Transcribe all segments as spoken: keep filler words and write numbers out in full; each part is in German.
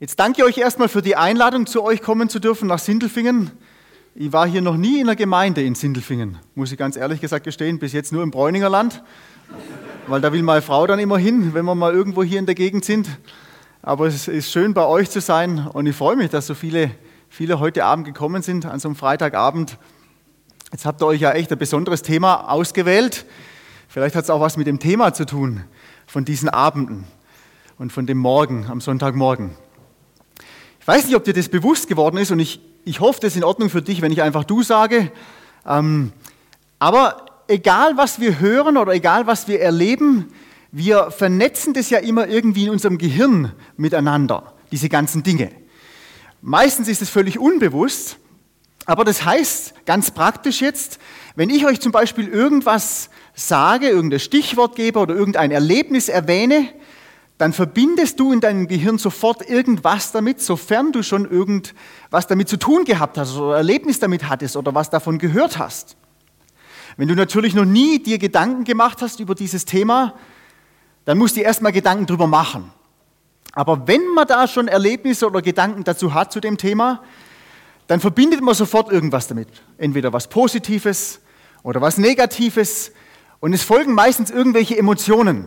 Jetzt danke ich euch erstmal für die Einladung, zu euch kommen zu dürfen nach Sindelfingen. Ich war hier noch nie in der Gemeinde in Sindelfingen, muss ich ganz ehrlich gesagt gestehen, bis jetzt nur im Bräuninger Land, weil da will meine Frau dann immer hin, wenn wir mal irgendwo hier in der Gegend sind. Aber es ist schön, bei euch zu sein und ich freue mich, dass so viele, viele heute Abend gekommen sind, an so einem Freitagabend. Jetzt habt ihr euch ja echt ein besonderes Thema ausgewählt. Vielleicht hat es auch was mit dem Thema zu tun, von diesen Abenden und von dem Morgen, am Sonntagmorgen. Ich weiß nicht, ob dir das bewusst geworden ist und ich, ich hoffe, das ist in Ordnung für dich, wenn ich einfach du sage. Ähm, aber egal, was wir hören oder egal, was wir erleben, wir vernetzen das ja immer irgendwie in unserem Gehirn miteinander, diese ganzen Dinge. Meistens ist es völlig unbewusst, aber das heißt ganz praktisch jetzt, wenn ich euch zum Beispiel irgendwas sage, irgendein Stichwort gebe oder irgendein Erlebnis erwähne, dann verbindest du in deinem Gehirn sofort irgendwas damit, sofern du schon irgendwas damit zu tun gehabt hast oder Erlebnis damit hattest oder was davon gehört hast. Wenn du natürlich noch nie dir Gedanken gemacht hast über dieses Thema, dann musst du dir erstmal Gedanken drüber machen. Aber wenn man da schon Erlebnisse oder Gedanken dazu hat zu dem Thema, dann verbindet man sofort irgendwas damit. Entweder was Positives oder was Negatives und es folgen meistens irgendwelche Emotionen.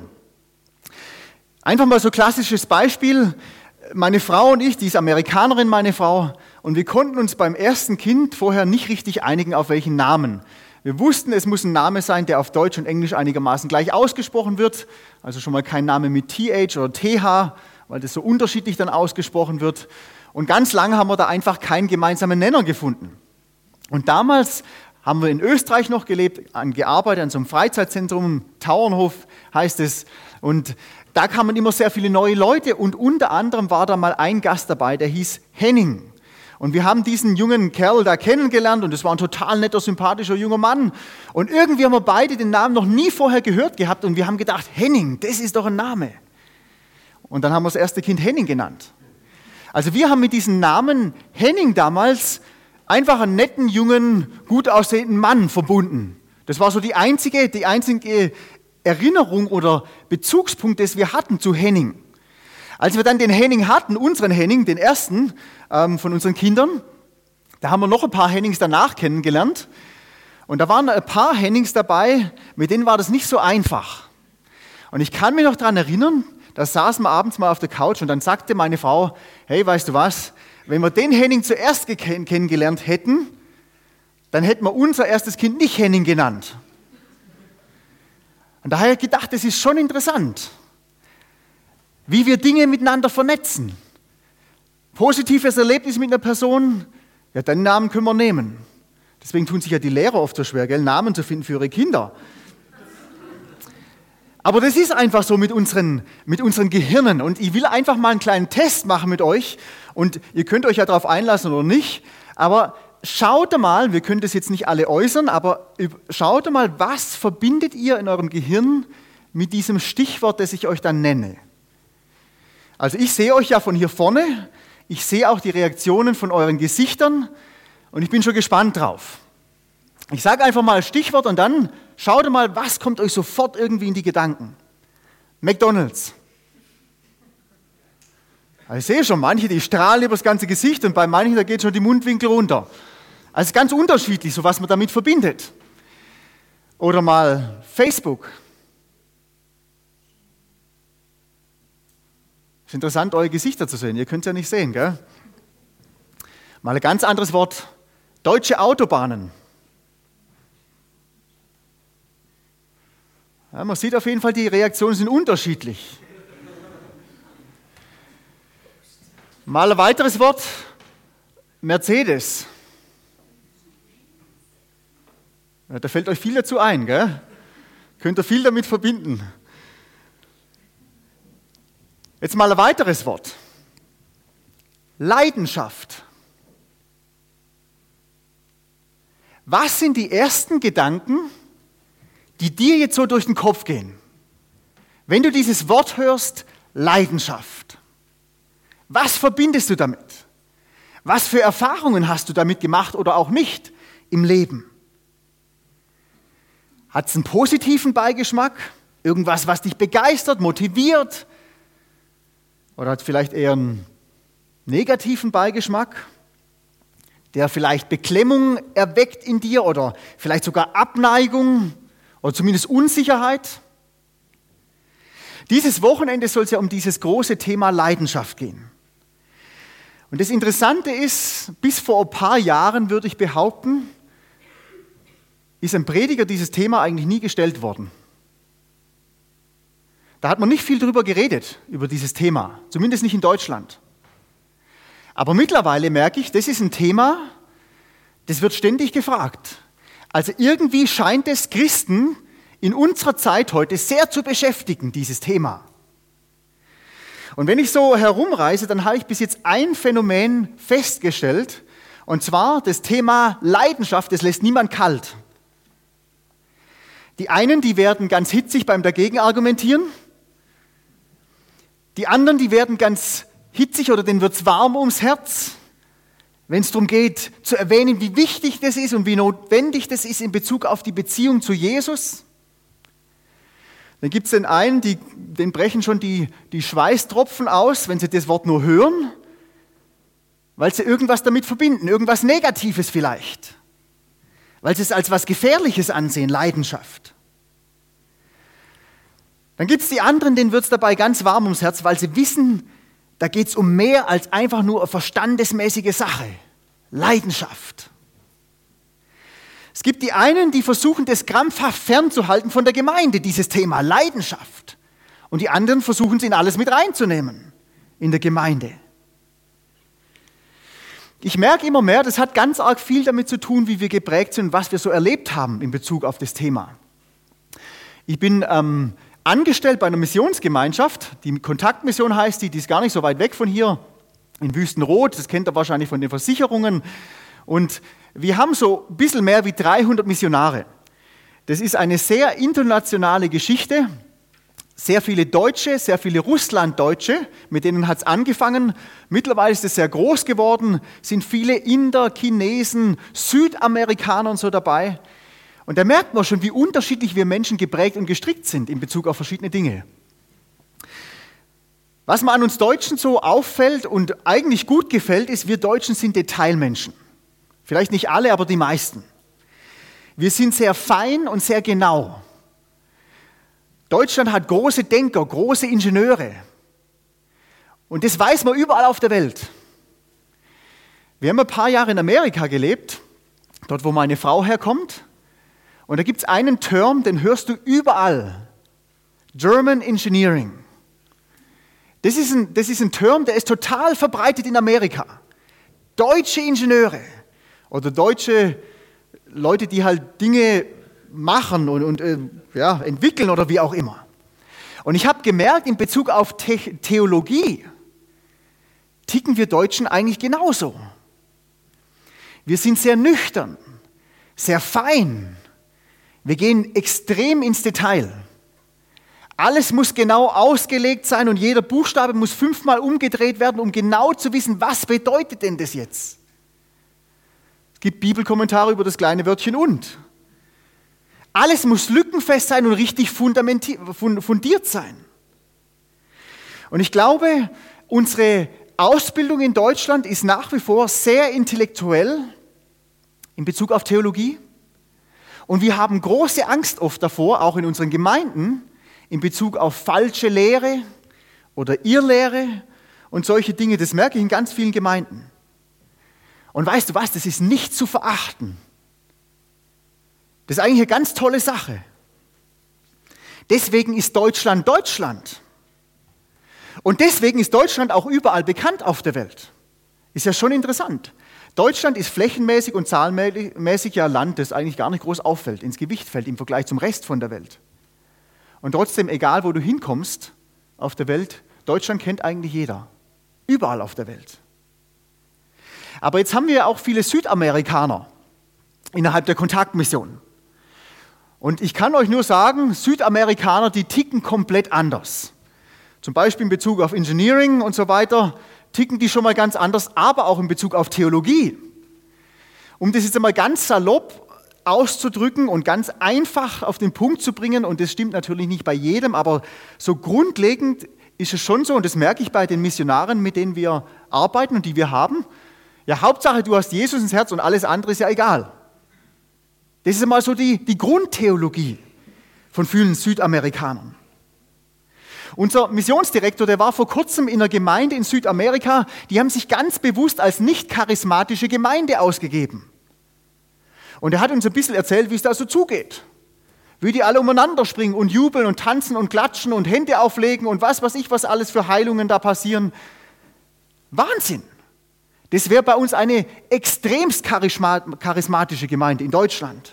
Einfach mal so ein klassisches Beispiel. Meine Frau und ich, die ist Amerikanerin, meine Frau, und wir konnten uns beim ersten Kind vorher nicht richtig einigen, auf welchen Namen. Wir wussten, es muss ein Name sein, der auf Deutsch und Englisch einigermaßen gleich ausgesprochen wird. Also schon mal kein Name mit T H oder T H, weil das so unterschiedlich dann ausgesprochen wird. Und ganz lange haben wir da einfach keinen gemeinsamen Nenner gefunden. Und damals haben wir in Österreich noch gelebt, an gearbeitet, an so einem Freizeitzentrum, Tauernhof heißt es. Und da kamen immer sehr viele neue Leute und unter anderem war da mal ein Gast dabei, der hieß Henning. Und wir haben diesen jungen Kerl da kennengelernt und es war ein total netter, sympathischer junger Mann. Und irgendwie haben wir beide den Namen noch nie vorher gehört gehabt und wir haben gedacht, Henning, das ist doch ein Name. Und dann haben wir das erste Kind Henning genannt. Also wir haben mit diesem Namen Henning damals einfach einen netten, jungen, gut aussehenden Mann verbunden. Das war so die einzige, die einzige Erinnerung oder Bezugspunkt, das wir hatten zu Henning. Als wir dann den Henning hatten, unseren Henning, den ersten ähm, von unseren Kindern, da haben wir noch ein paar Hennings danach kennengelernt. Und da waren ein paar Hennings dabei, mit denen war das nicht so einfach. Und ich kann mich noch daran erinnern, da saßen wir abends mal auf der Couch und dann sagte meine Frau, hey, weißt du was, wenn wir den Henning zuerst geken- kennengelernt hätten, dann hätten wir unser erstes Kind nicht Henning genannt. Und da habe ich gedacht, das ist schon interessant, wie wir Dinge miteinander vernetzen. Positives Erlebnis mit einer Person, ja, den Namen können wir nehmen. Deswegen tun sich ja die Lehrer oft so schwer, gell, Namen zu finden für ihre Kinder. Aber das ist einfach so mit unseren, mit unseren Gehirnen. Und ich will einfach mal einen kleinen Test machen mit euch. Und ihr könnt euch ja darauf einlassen oder nicht. Aber schaut mal, wir können das jetzt nicht alle äußern, aber schaut mal, was verbindet ihr in eurem Gehirn mit diesem Stichwort, das ich euch dann nenne. Also ich sehe euch ja von hier vorne, ich sehe auch die Reaktionen von euren Gesichtern und ich bin schon gespannt drauf. Ich sage einfach mal ein Stichwort und dann schaut mal, was kommt euch sofort irgendwie in die Gedanken. McDonald's. Also ich sehe schon, manche, die strahlen über das ganze Gesicht und bei manchen, da geht schon die Mundwinkel runter. Also ganz unterschiedlich, so was man damit verbindet. Oder mal Facebook. Es ist interessant, eure Gesichter zu sehen. Ihr könnt es ja nicht sehen, gell? Mal ein ganz anderes Wort. Deutsche Autobahnen. Ja, man sieht auf jeden Fall, die Reaktionen sind unterschiedlich. Mal ein weiteres Wort. Mercedes. Ja, da fällt euch viel dazu ein, gell? Könnt ihr viel damit verbinden. Jetzt mal ein weiteres Wort. Leidenschaft. Was sind die ersten Gedanken, die dir jetzt so durch den Kopf gehen? Wenn du dieses Wort hörst, Leidenschaft. Was verbindest du damit? Was für Erfahrungen hast du damit gemacht oder auch nicht im Leben? Hat es einen positiven Beigeschmack? Irgendwas, was dich begeistert, motiviert? Oder hat es vielleicht eher einen negativen Beigeschmack, der vielleicht Beklemmung erweckt in dir oder vielleicht sogar Abneigung oder zumindest Unsicherheit. Dieses Wochenende soll es ja um dieses große Thema Leidenschaft gehen. Und das Interessante ist, bis vor ein paar Jahren, würde ich behaupten, ist ein Prediger dieses Thema eigentlich nie gestellt worden. Da hat man nicht viel drüber geredet, über dieses Thema, zumindest nicht in Deutschland. Aber mittlerweile merke ich, das ist ein Thema, das wird ständig gefragt. Also irgendwie scheint es Christen in unserer Zeit heute sehr zu beschäftigen, dieses Thema. Und wenn ich so herumreise, dann habe ich bis jetzt ein Phänomen festgestellt, und zwar das Thema Leidenschaft, das lässt niemand kalt. Die einen, die werden ganz hitzig beim Dagegen argumentieren, die anderen, die werden ganz hitzig oder denen wird es warm ums Herz, wenn es darum geht, zu erwähnen, wie wichtig das ist und wie notwendig das ist in Bezug auf die Beziehung zu Jesus. Dann gibt es den einen, die, den brechen schon die, die Schweißtropfen aus, wenn sie das Wort nur hören, weil sie irgendwas damit verbinden, irgendwas Negatives vielleicht, weil sie es als was Gefährliches ansehen, Leidenschaft. Dann gibt es die anderen, denen wird es dabei ganz warm ums Herz, weil sie wissen, da geht es um mehr als einfach nur eine verstandesmäßige Sache, Leidenschaft. Es gibt die einen, die versuchen, das krampfhaft fernzuhalten von der Gemeinde, dieses Thema Leidenschaft. Und die anderen versuchen es in alles mit reinzunehmen, in der Gemeinde. Ich merke immer mehr, das hat ganz arg viel damit zu tun, wie wir geprägt sind und was wir so erlebt haben in Bezug auf das Thema. Ich bin ähm, angestellt bei einer Missionsgemeinschaft, die Kontaktmission heißt die, die ist gar nicht so weit weg von hier, in Wüstenrot, das kennt ihr wahrscheinlich von den Versicherungen. Und wir haben so ein bisschen mehr wie dreihundert Missionare. Das ist eine sehr internationale Geschichte. Sehr viele Deutsche, sehr viele Russlanddeutsche, mit denen hat es angefangen. Mittlerweile ist es sehr groß geworden, sind viele Inder, Chinesen, Südamerikaner und so dabei. Und da merkt man schon, wie unterschiedlich wir Menschen geprägt und gestrickt sind in Bezug auf verschiedene Dinge. Was mir an uns Deutschen so auffällt und eigentlich gut gefällt, ist, wir Deutschen sind Detailmenschen. Vielleicht nicht alle, aber die meisten. Wir sind sehr fein und sehr genau. Deutschland hat große Denker, große Ingenieure. Und das weiß man überall auf der Welt. Wir haben ein paar Jahre in Amerika gelebt, dort wo meine Frau herkommt. Und da gibt es einen Term, den hörst du überall. German Engineering. Das ist ein, das ist ein Term, der ist total verbreitet in Amerika. Deutsche Ingenieure. Oder deutsche Leute, die halt Dinge machen und, und äh, ja, entwickeln oder wie auch immer. Und ich habe gemerkt, in Bezug auf The- Theologie ticken wir Deutschen eigentlich genauso. Wir sind sehr nüchtern, sehr fein. Wir gehen extrem ins Detail. Alles muss genau ausgelegt sein und jeder Buchstabe muss fünfmal umgedreht werden, um genau zu wissen, was bedeutet denn das jetzt? Es gibt Bibelkommentare über das kleine Wörtchen und. Alles muss lückenfest sein und richtig fundiert sein. Und ich glaube, unsere Ausbildung in Deutschland ist nach wie vor sehr intellektuell in Bezug auf Theologie. Und wir haben große Angst oft davor, auch in unseren Gemeinden, in Bezug auf falsche Lehre oder Irrlehre und solche Dinge. Das merke ich in ganz vielen Gemeinden. Und weißt du was, das ist nicht zu verachten. Das ist eigentlich eine ganz tolle Sache. Deswegen ist Deutschland Deutschland. Und deswegen ist Deutschland auch überall bekannt auf der Welt. Ist ja schon interessant. Deutschland ist flächenmäßig und zahlenmäßig ja ein Land, das eigentlich gar nicht groß auffällt, ins Gewicht fällt im Vergleich zum Rest von der Welt. Und trotzdem, egal wo du hinkommst auf der Welt, Deutschland kennt eigentlich jeder. Überall auf der Welt. Aber jetzt haben wir ja auch viele Südamerikaner innerhalb der Kontaktmission. Und ich kann euch nur sagen, Südamerikaner, die ticken komplett anders. Zum Beispiel in Bezug auf Engineering und so weiter, ticken die schon mal ganz anders, aber auch in Bezug auf Theologie. Um das jetzt einmal ganz salopp auszudrücken und ganz einfach auf den Punkt zu bringen, und das stimmt natürlich nicht bei jedem, aber so grundlegend ist es schon so, und das merke ich bei den Missionaren, mit denen wir arbeiten und die wir haben. Ja, Hauptsache, du hast Jesus ins Herz und alles andere ist ja egal. Das ist einmal so die, die Grundtheologie von vielen Südamerikanern. Unser Missionsdirektor, der war vor kurzem in einer Gemeinde in Südamerika, die haben sich ganz bewusst als nicht charismatische Gemeinde ausgegeben. Und er hat uns ein bisschen erzählt, wie es da so zugeht. Wie die alle umeinander springen und jubeln und tanzen und klatschen und Hände auflegen und was weiß ich, was alles für Heilungen da passieren. Wahnsinn! Das wäre bei uns eine extremst charismatische Gemeinde in Deutschland.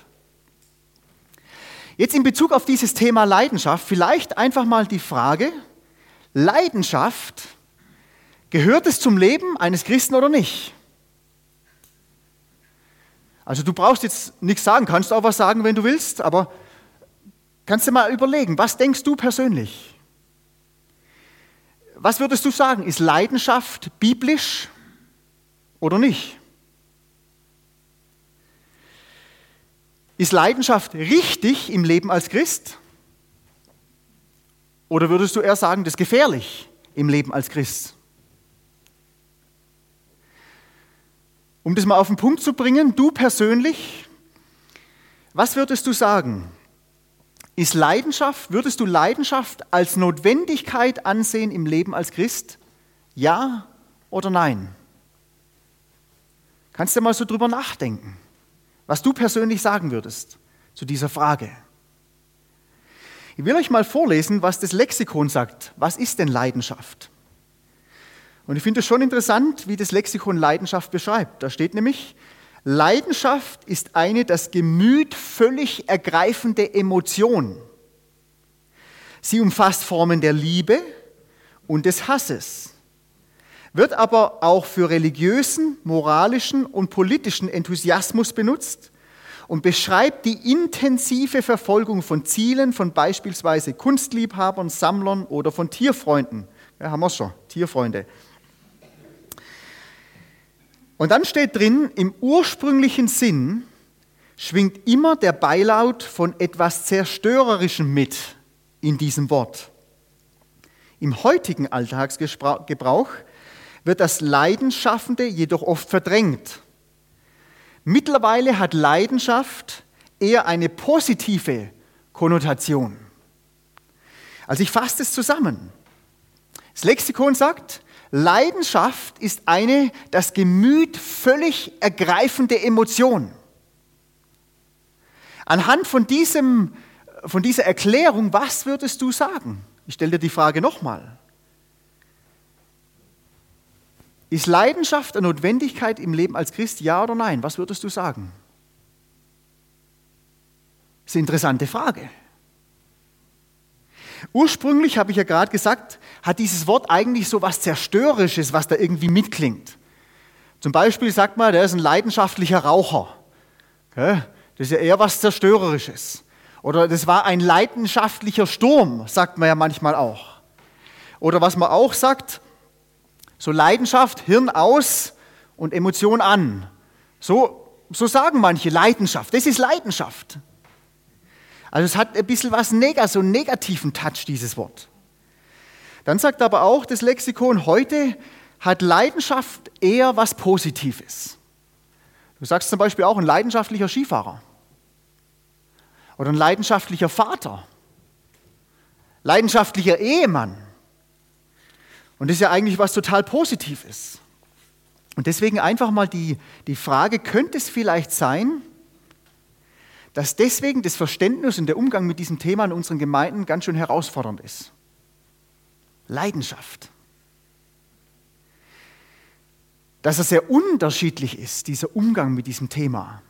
Jetzt in Bezug auf dieses Thema Leidenschaft, vielleicht einfach mal die Frage, Leidenschaft, gehört es zum Leben eines Christen oder nicht? Also du brauchst jetzt nichts sagen, kannst auch was sagen, wenn du willst, aber kannst du mal überlegen, was denkst du persönlich? Was würdest du sagen, ist Leidenschaft biblisch oder nicht? Ist Leidenschaft richtig im Leben als Christ? Oder würdest du eher sagen, das ist gefährlich im Leben als Christ? Um das mal auf den Punkt zu bringen, du persönlich, was würdest du sagen? Ist Leidenschaft, würdest du Leidenschaft als Notwendigkeit ansehen im Leben als Christ? Ja oder nein? Kannst du mal so drüber nachdenken, was du persönlich sagen würdest zu dieser Frage. Ich will euch mal vorlesen, was das Lexikon sagt. Was ist denn Leidenschaft? Und ich finde es schon interessant, wie das Lexikon Leidenschaft beschreibt. Da steht nämlich, Leidenschaft ist eine das Gemüt völlig ergreifende Emotion. Sie umfasst Formen der Liebe und des Hasses, wird aber auch für religiösen, moralischen und politischen Enthusiasmus benutzt und beschreibt die intensive Verfolgung von Zielen von beispielsweise Kunstliebhabern, Sammlern oder von Tierfreunden. Ja, haben wir schon, Tierfreunde. Und dann steht drin, im ursprünglichen Sinn schwingt immer der Beilaut von etwas Zerstörerischem mit in diesem Wort. Im heutigen Alltagsgebrauch wird das Leidenschaffende jedoch oft verdrängt. Mittlerweile hat Leidenschaft eher eine positive Konnotation. Also ich fasse es zusammen. Das Lexikon sagt, Leidenschaft ist eine das Gemüt völlig ergreifende Emotion. Anhand von, diesem, von dieser Erklärung, was würdest du sagen? Ich stelle dir die Frage nochmal. Ist Leidenschaft eine Notwendigkeit im Leben als Christ, ja oder nein? Was würdest du sagen? Das ist eine interessante Frage. Ursprünglich, habe ich ja gerade gesagt, hat dieses Wort eigentlich so was Zerstörerisches, was da irgendwie mitklingt. Zum Beispiel sagt man, der ist ein leidenschaftlicher Raucher. Okay? Das ist ja eher was Zerstörerisches. Oder das war ein leidenschaftlicher Sturm, sagt man ja manchmal auch. Oder was man auch sagt, so Leidenschaft, Hirn aus und Emotion an. So, so sagen manche Leidenschaft. Das ist Leidenschaft. Also es hat ein bisschen was Neg- so einen negativen Touch, dieses Wort. Dann sagt aber auch das Lexikon, heute hat Leidenschaft eher was Positives. Du sagst zum Beispiel auch ein leidenschaftlicher Skifahrer oder ein leidenschaftlicher Vater, leidenschaftlicher Ehemann. Und das ist ja eigentlich was total Positives. Und deswegen einfach mal die, die Frage, könnte es vielleicht sein, dass deswegen das Verständnis und der Umgang mit diesem Thema in unseren Gemeinden ganz schön herausfordernd ist? Leidenschaft. Dass er sehr unterschiedlich ist, dieser Umgang mit diesem Thema.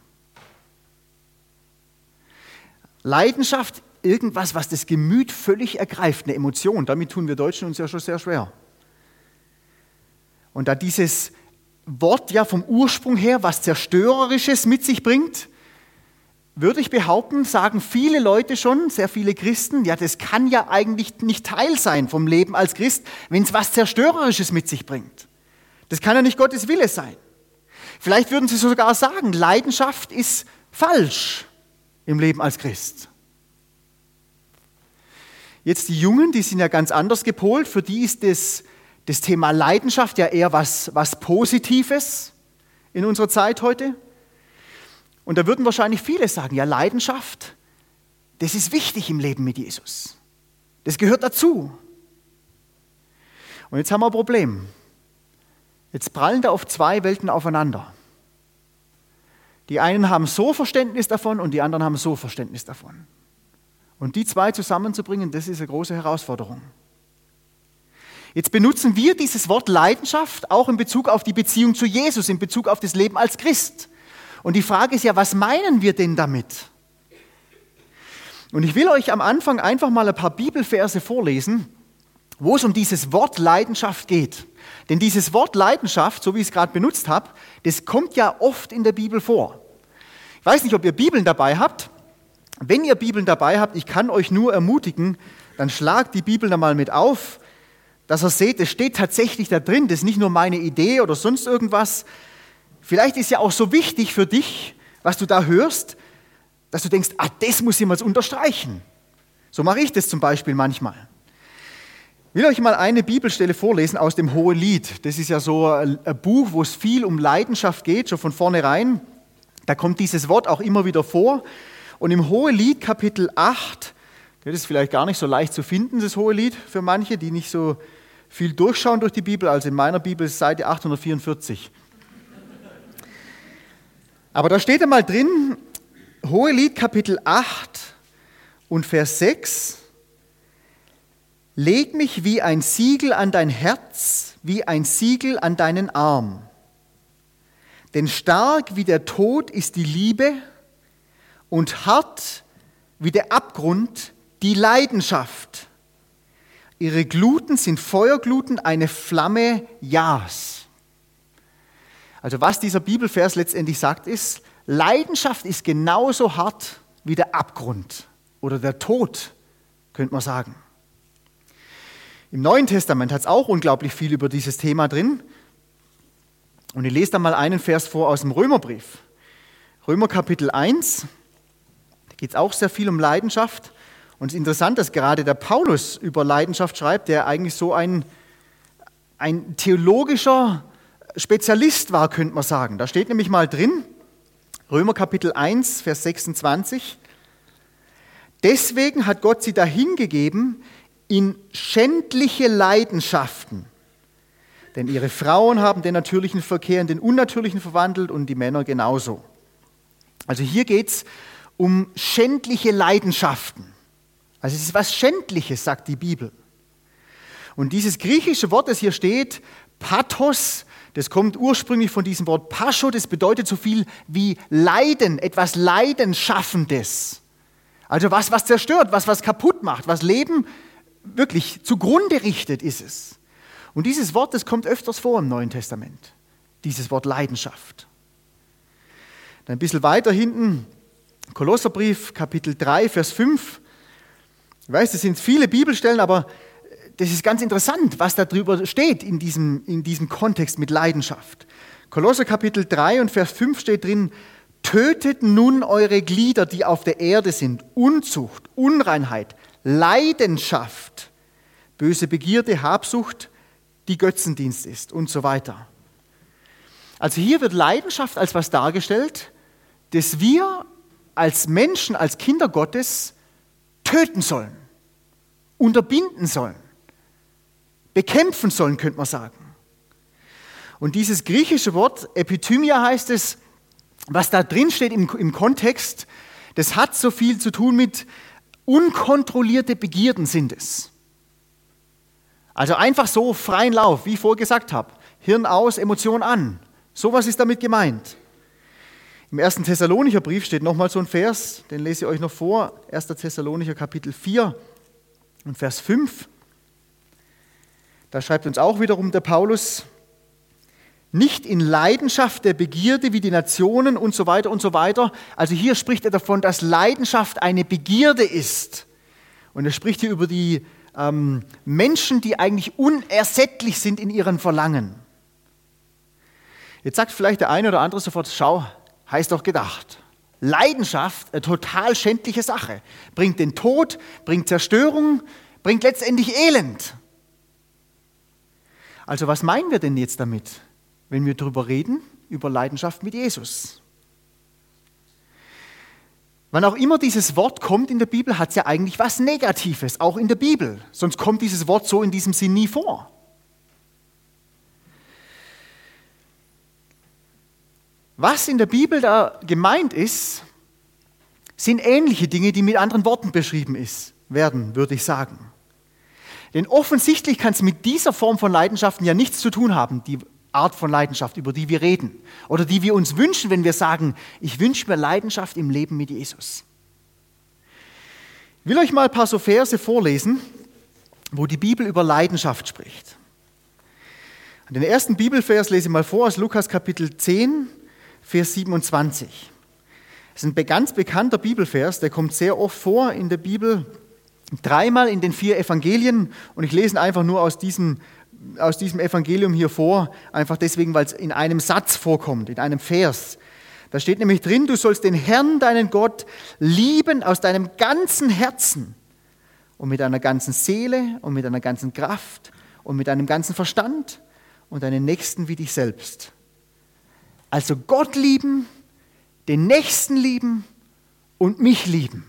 Leidenschaft, irgendwas, was das Gemüt völlig ergreift, eine Emotion. Damit tun wir Deutschen uns ja schon sehr schwer. Und da dieses Wort ja vom Ursprung her was Zerstörerisches mit sich bringt, würde ich behaupten, sagen viele Leute schon, sehr viele Christen, ja, das kann ja eigentlich nicht Teil sein vom Leben als Christ, wenn es was Zerstörerisches mit sich bringt. Das kann ja nicht Gottes Wille sein. Vielleicht würden sie sogar sagen, Leidenschaft ist falsch im Leben als Christ. Jetzt die Jungen, die sind ja ganz anders gepolt, für die ist das, das Thema Leidenschaft ja eher was, was Positives in unserer Zeit heute. Und da würden wahrscheinlich viele sagen, ja, Leidenschaft, das ist wichtig im Leben mit Jesus. Das gehört dazu. Und jetzt haben wir ein Problem. Jetzt prallen da auf zwei Welten aufeinander. Die einen haben so Verständnis davon und die anderen haben so Verständnis davon. Und die zwei zusammenzubringen, das ist eine große Herausforderung. Jetzt benutzen wir dieses Wort Leidenschaft auch in Bezug auf die Beziehung zu Jesus, in Bezug auf das Leben als Christ. Und die Frage ist ja, was meinen wir denn damit? Und ich will euch am Anfang einfach mal ein paar Bibelverse vorlesen, wo es um dieses Wort Leidenschaft geht. Denn dieses Wort Leidenschaft, so wie ich es gerade benutzt habe, das kommt ja oft in der Bibel vor. Ich weiß nicht, ob ihr Bibeln dabei habt. Wenn ihr Bibeln dabei habt, ich kann euch nur ermutigen, dann schlagt die Bibel da mal mit auf, dass ihr seht, es steht tatsächlich da drin. Das ist nicht nur meine Idee oder sonst irgendwas. Vielleicht ist ja auch so wichtig für dich, was du da hörst, dass du denkst, ah, das muss ich mal unterstreichen. So mache ich das zum Beispiel manchmal. Ich will euch mal eine Bibelstelle vorlesen aus dem Hohelied. Das ist ja so ein Buch, wo es viel um Leidenschaft geht, schon von vornherein. Da kommt dieses Wort auch immer wieder vor. Und im Hohelied Kapitel acht, das ist vielleicht gar nicht so leicht zu finden, das Hohelied für manche, die nicht so viel durchschauen durch die Bibel. Also in meiner Bibel ist Seite achthundertvierundvierzig. Aber da steht einmal drin, Hohelied Kapitel acht und Vers sechs, leg mich wie ein Siegel an dein Herz, wie ein Siegel an deinen Arm. Denn stark wie der Tod ist die Liebe und hart wie der Abgrund die Leidenschaft. Ihre Gluten sind Feuergluten, eine Flamme Jahs. Also was dieser Bibelvers letztendlich sagt ist, Leidenschaft ist genauso hart wie der Abgrund oder der Tod, könnte man sagen. Im Neuen Testament hat es auch unglaublich viel über dieses Thema drin. Und ich lese da mal einen Vers vor aus dem Römerbrief. Römer Kapitel eins, da geht es auch sehr viel um Leidenschaft. Und es ist interessant, dass gerade der Paulus über Leidenschaft schreibt, der eigentlich so ein, ein theologischer Spezialist war, könnte man sagen. Da steht nämlich mal drin, Römer Kapitel eins, Vers sechsundzwanzig. Deswegen hat Gott sie dahingegeben in schändliche Leidenschaften. Denn ihre Frauen haben den natürlichen Verkehr in den unnatürlichen verwandelt und die Männer genauso. Also hier geht es um schändliche Leidenschaften. Also es ist was Schändliches, sagt die Bibel. Und dieses griechische Wort, das hier steht, Pathos, das kommt ursprünglich von diesem Wort Pascho, das bedeutet so viel wie Leiden, etwas Leidenschaffendes. Also was, was zerstört, was, was kaputt macht, was Leben wirklich zugrunde richtet, ist es. Und dieses Wort, das kommt öfters vor im Neuen Testament, dieses Wort Leidenschaft. Dann ein bisschen weiter hinten, Kolosserbrief, Kapitel drei, Vers fünf. Ich weiß, das sind viele Bibelstellen, aber das ist ganz interessant, was da drüber steht in diesem, in diesem Kontext mit Leidenschaft. Kolosser Kapitel drei und Vers fünf steht drin, tötet nun eure Glieder, die auf der Erde sind, Unzucht, Unreinheit, Leidenschaft, böse Begierde, Habsucht, die Götzendienst ist und so weiter. Also hier wird Leidenschaft als was dargestellt, das wir als Menschen, als Kinder Gottes töten sollen, unterbinden sollen, bekämpfen sollen, könnte man sagen. Und dieses griechische Wort, Epithymia heißt es, was da drin steht im, im Kontext, das hat so viel zu tun mit unkontrollierte Begierden sind es. Also einfach so freien Lauf, wie ich vorher gesagt habe. Hirn aus, Emotion an. Sowas ist damit gemeint. Im ersten Thessalonicher Brief steht nochmal so ein Vers, den lese ich euch noch vor. erster Thessalonicher Kapitel vier und Vers fünf. Da schreibt uns auch wiederum der Paulus, nicht in Leidenschaft der Begierde wie die Nationen und so weiter und so weiter. Also hier spricht er davon, dass Leidenschaft eine Begierde ist. Und er spricht hier über die ähm, Menschen, die eigentlich unersättlich sind in ihren Verlangen. Jetzt sagt vielleicht der eine oder andere sofort, schau, heißt doch gedacht. Leidenschaft, eine total schändliche Sache. Bringt den Tod, bringt Zerstörung, bringt letztendlich Elend. Also was meinen wir denn jetzt damit, wenn wir darüber reden, über Leidenschaft mit Jesus? Wann auch immer dieses Wort kommt in der Bibel, hat es ja eigentlich was Negatives, auch in der Bibel. Sonst kommt dieses Wort so in diesem Sinn nie vor. Was in der Bibel da gemeint ist, sind ähnliche Dinge, die mit anderen Worten beschrieben ist, werden, würde ich sagen. Denn offensichtlich kann es mit dieser Form von Leidenschaften ja nichts zu tun haben, die Art von Leidenschaft, über die wir reden oder die wir uns wünschen, wenn wir sagen, ich wünsche mir Leidenschaft im Leben mit Jesus. Ich will euch mal ein paar so Verse vorlesen, wo die Bibel über Leidenschaft spricht. Den ersten Bibelvers lese ich mal vor aus Lukas Kapitel zehn, Vers siebenundzwanzig. Das ist ein ganz bekannter Bibelvers, der kommt sehr oft vor in der Bibel, dreimal in den vier Evangelien, und ich lese ihn einfach nur aus diesem, aus diesem Evangelium hier vor, einfach deswegen, weil es in einem Satz vorkommt, in einem Vers. Da steht nämlich drin, du sollst den Herrn, deinen Gott, lieben aus deinem ganzen Herzen und mit deiner ganzen Seele und mit deiner ganzen Kraft und mit deinem ganzen Verstand und deinen Nächsten wie dich selbst. Also Gott lieben, den Nächsten lieben und mich lieben.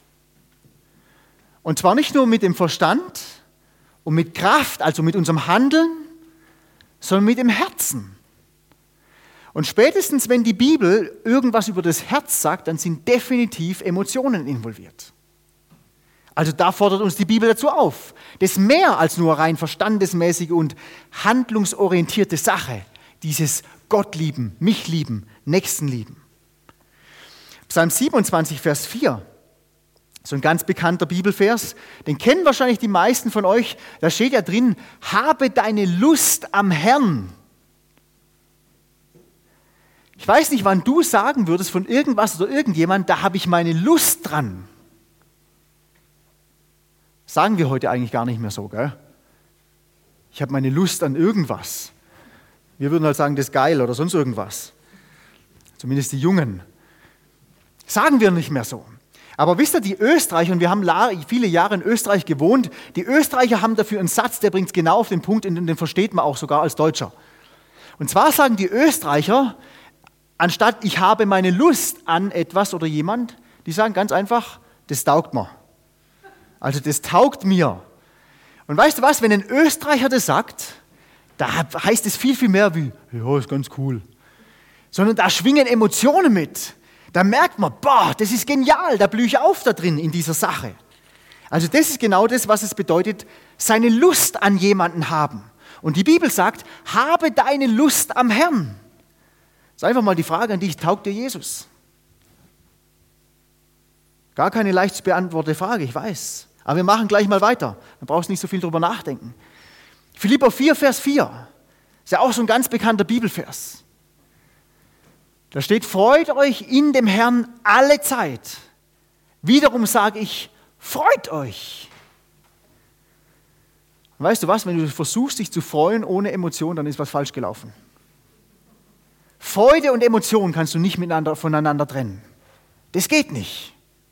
Und zwar nicht nur mit dem Verstand und mit Kraft, also mit unserem Handeln, sondern mit dem Herzen. Und spätestens, wenn die Bibel irgendwas über das Herz sagt, dann sind definitiv Emotionen involviert. Also da fordert uns die Bibel dazu auf. Das ist mehr als nur rein verstandesmäßige und handlungsorientierte Sache, dieses Gott lieben, mich lieben, Nächsten lieben. Psalm siebenundzwanzig, Vers vier. So ein ganz bekannter Bibelvers, den kennen wahrscheinlich die meisten von euch. Da steht ja drin, habe deine Lust am Herrn. Ich weiß nicht, wann du sagen würdest von irgendwas oder irgendjemand, da habe ich meine Lust dran. Sagen wir heute eigentlich gar nicht mehr so, gell? Ich habe meine Lust an irgendwas. Wir würden halt sagen, das ist geil oder sonst irgendwas. Zumindest die Jungen. Sagen wir nicht mehr so. Aber wisst ihr, die Österreicher, und wir haben viele Jahre in Österreich gewohnt, die Österreicher haben dafür einen Satz, der bringt es genau auf den Punkt, und den versteht man auch sogar als Deutscher. Und zwar sagen die Österreicher, anstatt ich habe meine Lust an etwas oder jemand, die sagen ganz einfach, das taugt mir. Also das taugt mir. Und weißt du was, wenn ein Österreicher das sagt, da heißt es viel, viel mehr wie, ja, ist ganz cool. Sondern da schwingen Emotionen mit. Da merkt man, boah, das ist genial, da blühe ich auf da drin in dieser Sache. Also das ist genau das, was es bedeutet, seine Lust an jemanden haben. Und die Bibel sagt, habe deine Lust am Herrn. Das ist einfach mal die Frage an dich, taugt dir Jesus? Gar keine leicht zu beantwortete Frage, ich weiß. Aber wir machen gleich mal weiter, da brauchst du nicht so viel drüber nachdenken. Philipper vier, Vers vier, ist ja auch so ein ganz bekannter Bibelvers. Da steht, freut euch in dem Herrn alle Zeit. Wiederum sage ich, freut euch. Und weißt du was, wenn du versuchst, dich zu freuen ohne Emotion, dann ist was falsch gelaufen. Freude und Emotion kannst du nicht miteinander, voneinander trennen. Das geht nicht.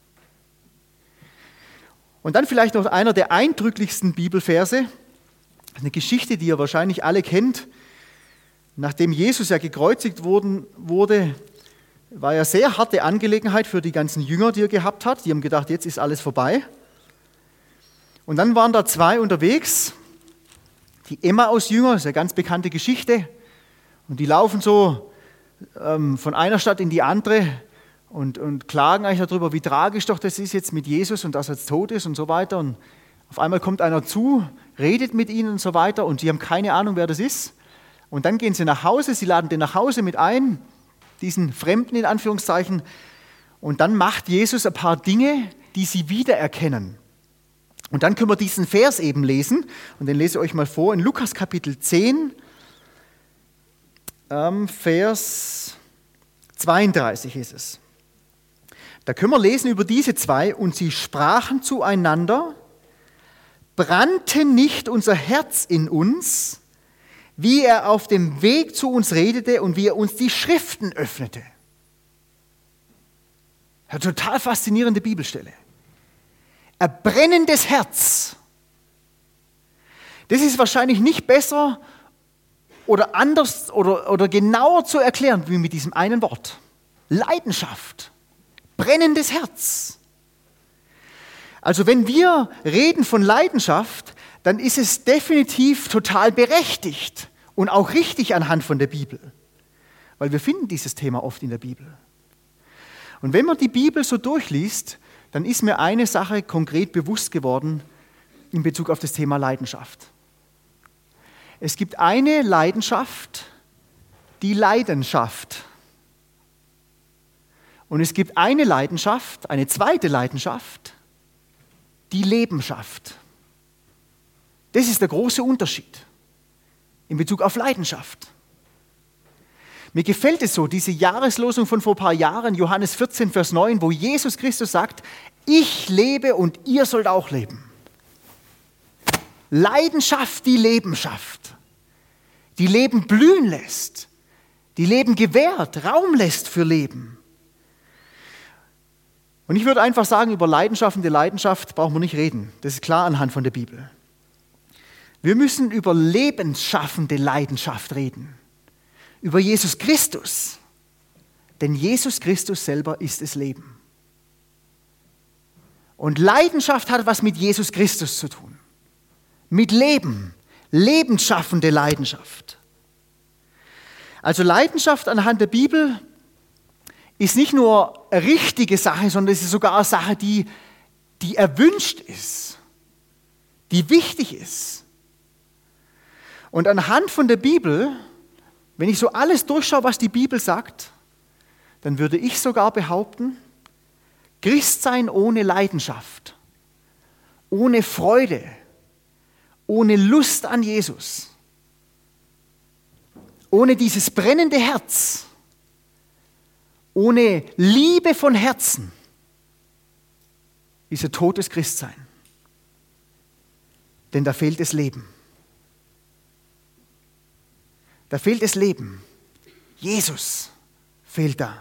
Und dann vielleicht noch einer der eindrücklichsten Bibelverse, eine Geschichte, die ihr wahrscheinlich alle kennt. Nachdem Jesus ja gekreuzigt worden, wurde, war ja sehr harte Angelegenheit für die ganzen Jünger, die er gehabt hat. Die haben gedacht, jetzt ist alles vorbei. Und dann waren da zwei unterwegs, die Emmaus-Jünger, das ist eine ganz bekannte Geschichte. Und die laufen so ähm, von einer Stadt in die andere und, und klagen eigentlich darüber, wie tragisch doch das ist jetzt mit Jesus und dass er jetzt tot ist und so weiter. Und auf einmal kommt einer zu, redet mit ihnen und so weiter und sie haben keine Ahnung, wer das ist. Und dann gehen sie nach Hause, sie laden den nach Hause mit ein, diesen Fremden in Anführungszeichen. Und dann macht Jesus ein paar Dinge, die sie wiedererkennen. Und dann können wir diesen Vers eben lesen. Und den lese ich euch mal vor in Lukas Kapitel zehn, ähm, Vers zweiunddreißig ist es. Da können wir lesen über diese zwei. Und sie sprachen zueinander, brannte nicht unser Herz in uns, wie er auf dem Weg zu uns redete und wie er uns die Schriften öffnete. Eine total faszinierende Bibelstelle. Ein brennendes Herz. Das ist wahrscheinlich nicht besser oder anders oder, oder genauer zu erklären, wie mit diesem einen Wort. Leidenschaft, brennendes Herz. Also wenn wir reden von Leidenschaft, dann ist es definitiv total berechtigt und auch richtig anhand von der Bibel. Weil wir finden dieses Thema oft in der Bibel. Und wenn man die Bibel so durchliest, dann ist mir eine Sache konkret bewusst geworden in Bezug auf das Thema Leidenschaft. Es gibt eine Leidenschaft, die Leidenschaft. Und es gibt eine Leidenschaft, eine zweite Leidenschaft, die Lebenschaft. Das ist der große Unterschied in Bezug auf Leidenschaft. Mir gefällt es so, diese Jahreslosung von vor ein paar Jahren, Johannes vierzehn, Vers neun, wo Jesus Christus sagt, ich lebe und ihr sollt auch leben. Leidenschaft, die Leben schafft, die Leben blühen lässt, die Leben gewährt, Raum lässt für Leben. Und ich würde einfach sagen, über leidenschaftende Leidenschaft brauchen wir nicht reden. Das ist klar anhand von der Bibel. Wir müssen über lebensschaffende Leidenschaft reden. Über Jesus Christus. Denn Jesus Christus selber ist das Leben. Und Leidenschaft hat was mit Jesus Christus zu tun. Mit Leben. Lebensschaffende Leidenschaft. Also Leidenschaft anhand der Bibel ist nicht nur eine richtige Sache, sondern es ist sogar eine Sache, die, die erwünscht ist, die wichtig ist. Und anhand von der Bibel, wenn ich so alles durchschaue, was die Bibel sagt, dann würde ich sogar behaupten, Christsein ohne Leidenschaft, ohne Freude, ohne Lust an Jesus, ohne dieses brennende Herz, ohne Liebe von Herzen, ist ein totes Christsein. Denn da fehlt das Leben. Da fehlt das Leben. Jesus fehlt da.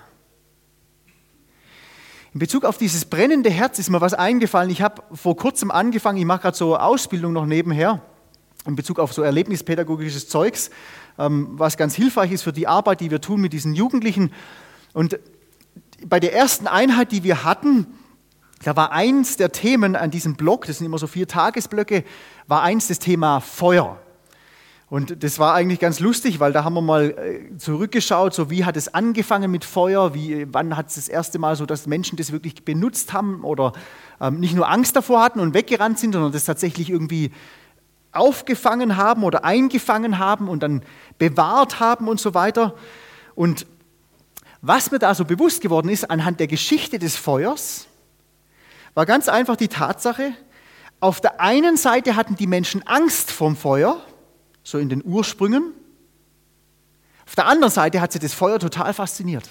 In Bezug auf dieses brennende Herz ist mir was eingefallen. Ich habe vor kurzem angefangen, ich mache gerade so Ausbildung noch nebenher, in Bezug auf so erlebnispädagogisches Zeugs, was ganz hilfreich ist für die Arbeit, die wir tun mit diesen Jugendlichen. Und bei der ersten Einheit, die wir hatten, da war eins der Themen an diesem Block, das sind immer so vier Tagesblöcke, war eins das Thema Feuer. Und das war eigentlich ganz lustig, weil da haben wir mal zurückgeschaut, so wie hat es angefangen mit Feuer, wie, wann hat es das erste Mal so, dass Menschen das wirklich benutzt haben oder ähm, nicht nur Angst davor hatten und weggerannt sind, sondern das tatsächlich irgendwie aufgefangen haben oder eingefangen haben und dann bewahrt haben und so weiter. Und was mir da so bewusst geworden ist, anhand der Geschichte des Feuers, war ganz einfach die Tatsache, auf der einen Seite hatten die Menschen Angst vorm Feuer, so in den Ursprüngen. Auf der anderen Seite hat sie das Feuer total fasziniert.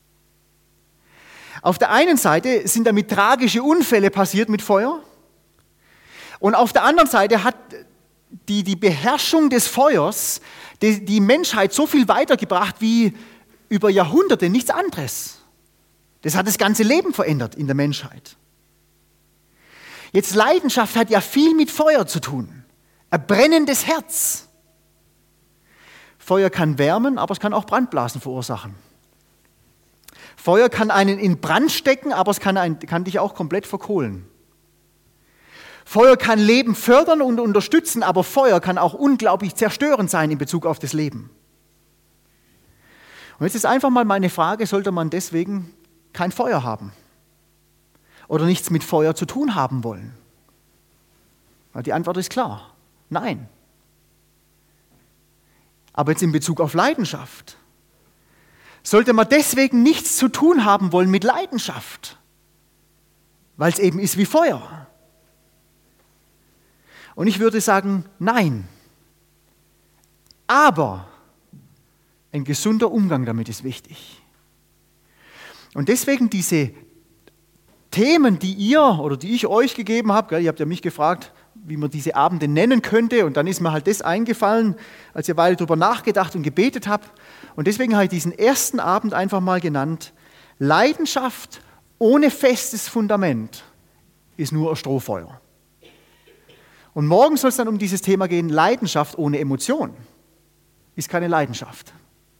Auf der einen Seite sind damit tragische Unfälle passiert mit Feuer und auf der anderen Seite hat die, die Beherrschung des Feuers die, die Menschheit so viel weitergebracht wie über Jahrhunderte nichts anderes. Das hat das ganze Leben verändert in der Menschheit. Jetzt Leidenschaft hat ja viel mit Feuer zu tun. Ein brennendes Herz. Feuer kann wärmen, aber es kann auch Brandblasen verursachen. Feuer kann einen in Brand stecken, aber es kann, ein, kann dich auch komplett verkohlen. Feuer kann Leben fördern und unterstützen, aber Feuer kann auch unglaublich zerstörend sein in Bezug auf das Leben. Und jetzt ist einfach mal meine Frage, sollte man deswegen kein Feuer haben? Oder nichts mit Feuer zu tun haben wollen? Weil die Antwort ist klar, nein. Aber jetzt in Bezug auf Leidenschaft. Sollte man deswegen nichts zu tun haben wollen mit Leidenschaft? Weil es eben ist wie Feuer. Und ich würde sagen, nein. Aber ein gesunder Umgang damit ist wichtig. Und deswegen diese Themen, die ihr oder die ich euch gegeben habe, ihr habt ja mich gefragt, wie man diese Abende nennen könnte, und dann ist mir halt das eingefallen, als ihr weiter darüber nachgedacht und gebetet habt. Und deswegen habe ich diesen ersten Abend einfach mal genannt: Leidenschaft ohne festes Fundament ist nur ein Strohfeuer. Und morgen soll es dann um dieses Thema gehen: Leidenschaft ohne Emotion ist keine Leidenschaft.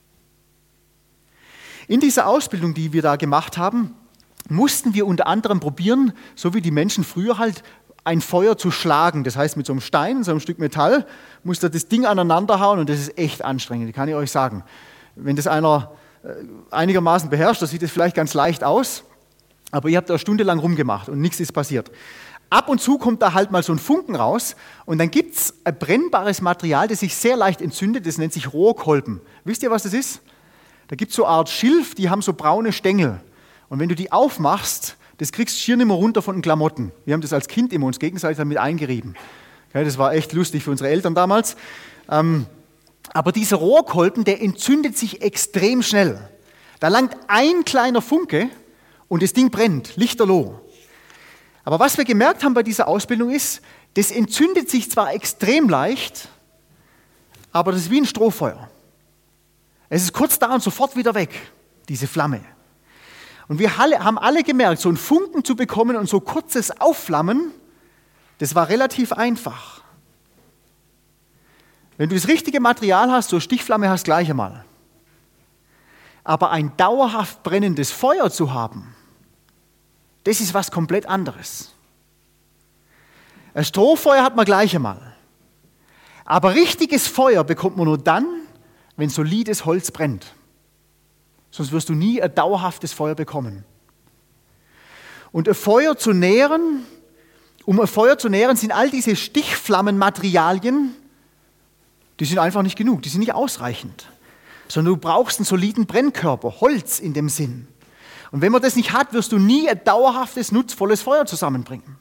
In dieser Ausbildung, die wir da gemacht haben, mussten wir unter anderem probieren, so wie die Menschen früher halt, ein Feuer zu schlagen. Das heißt, mit so einem Stein, so einem Stück Metall, musst du das Ding aneinander hauen und das ist echt anstrengend, kann ich euch sagen. Wenn das einer einigermaßen beherrscht, das sieht es vielleicht ganz leicht aus, aber ihr habt da stundenlang rumgemacht und nichts ist passiert. Ab und zu kommt da halt mal so ein Funken raus und dann gibt es ein brennbares Material, das sich sehr leicht entzündet, das nennt sich Rohrkolben. Wisst ihr, was das ist? Da gibt es so eine Art Schilf, die haben so braune Stängel. Und wenn du die aufmachst, das kriegst du schier nicht mehr runter von den Klamotten. Wir haben das als Kind immer uns gegenseitig damit eingerieben. Ja, das war echt lustig für unsere Eltern damals. Ähm, aber dieser Rohrkolben, der entzündet sich extrem schnell. Da langt ein kleiner Funke und das Ding brennt, lichterloh. Aber was wir gemerkt haben bei dieser Ausbildung ist, das entzündet sich zwar extrem leicht, aber das ist wie ein Strohfeuer. Es ist kurz da und sofort wieder weg, diese Flamme. Und wir haben alle gemerkt, so einen Funken zu bekommen und so kurzes Aufflammen, das war relativ einfach. Wenn du das richtige Material hast, so eine Stichflamme hast, gleich einmal. Aber ein dauerhaft brennendes Feuer zu haben, das ist was komplett anderes. Ein Strohfeuer hat man gleich einmal. Aber richtiges Feuer bekommt man nur dann, wenn solides Holz brennt. Sonst wirst du nie ein dauerhaftes Feuer bekommen. Und ein Feuer zu nähren, um ein Feuer zu nähren, sind all diese Stichflammenmaterialien, die sind einfach nicht genug, die sind nicht ausreichend. Sondern du brauchst einen soliden Brennkörper, Holz in dem Sinn. Und wenn man das nicht hat, wirst du nie ein dauerhaftes, nutzvolles Feuer zusammenbringen.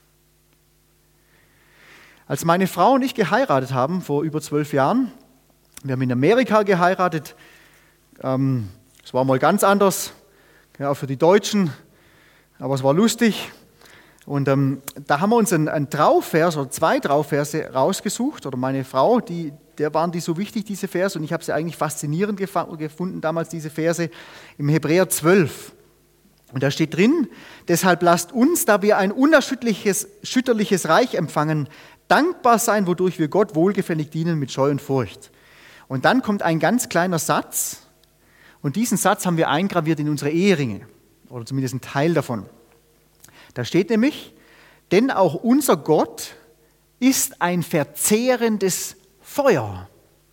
Als meine Frau und ich geheiratet haben, vor über zwölf Jahren, wir haben in Amerika geheiratet, ähm, es war mal ganz anders, ja, auch für die Deutschen, aber es war lustig. Und ähm, da haben wir uns einen, einen Trauvers oder zwei Trauverse rausgesucht, oder meine Frau, die, der waren die so wichtig, diese Verse, und ich habe sie eigentlich faszinierend gefa- gefunden, damals diese Verse im Hebräer zwölf. Und da steht drin, deshalb lasst uns, da wir ein unerschütterliches schütterliches Reich empfangen, dankbar sein, wodurch wir Gott wohlgefällig dienen mit Scheu und Furcht. Und dann kommt ein ganz kleiner Satz, und diesen Satz haben wir eingraviert in unsere Eheringe, oder zumindest ein Teil davon. Da steht nämlich, denn auch unser Gott ist ein verzehrendes Feuer.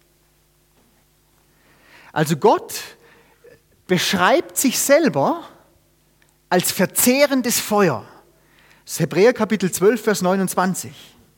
Also Gott beschreibt sich selber als verzehrendes Feuer. Das ist Hebräer Kapitel zwölf, Vers neunundzwanzig.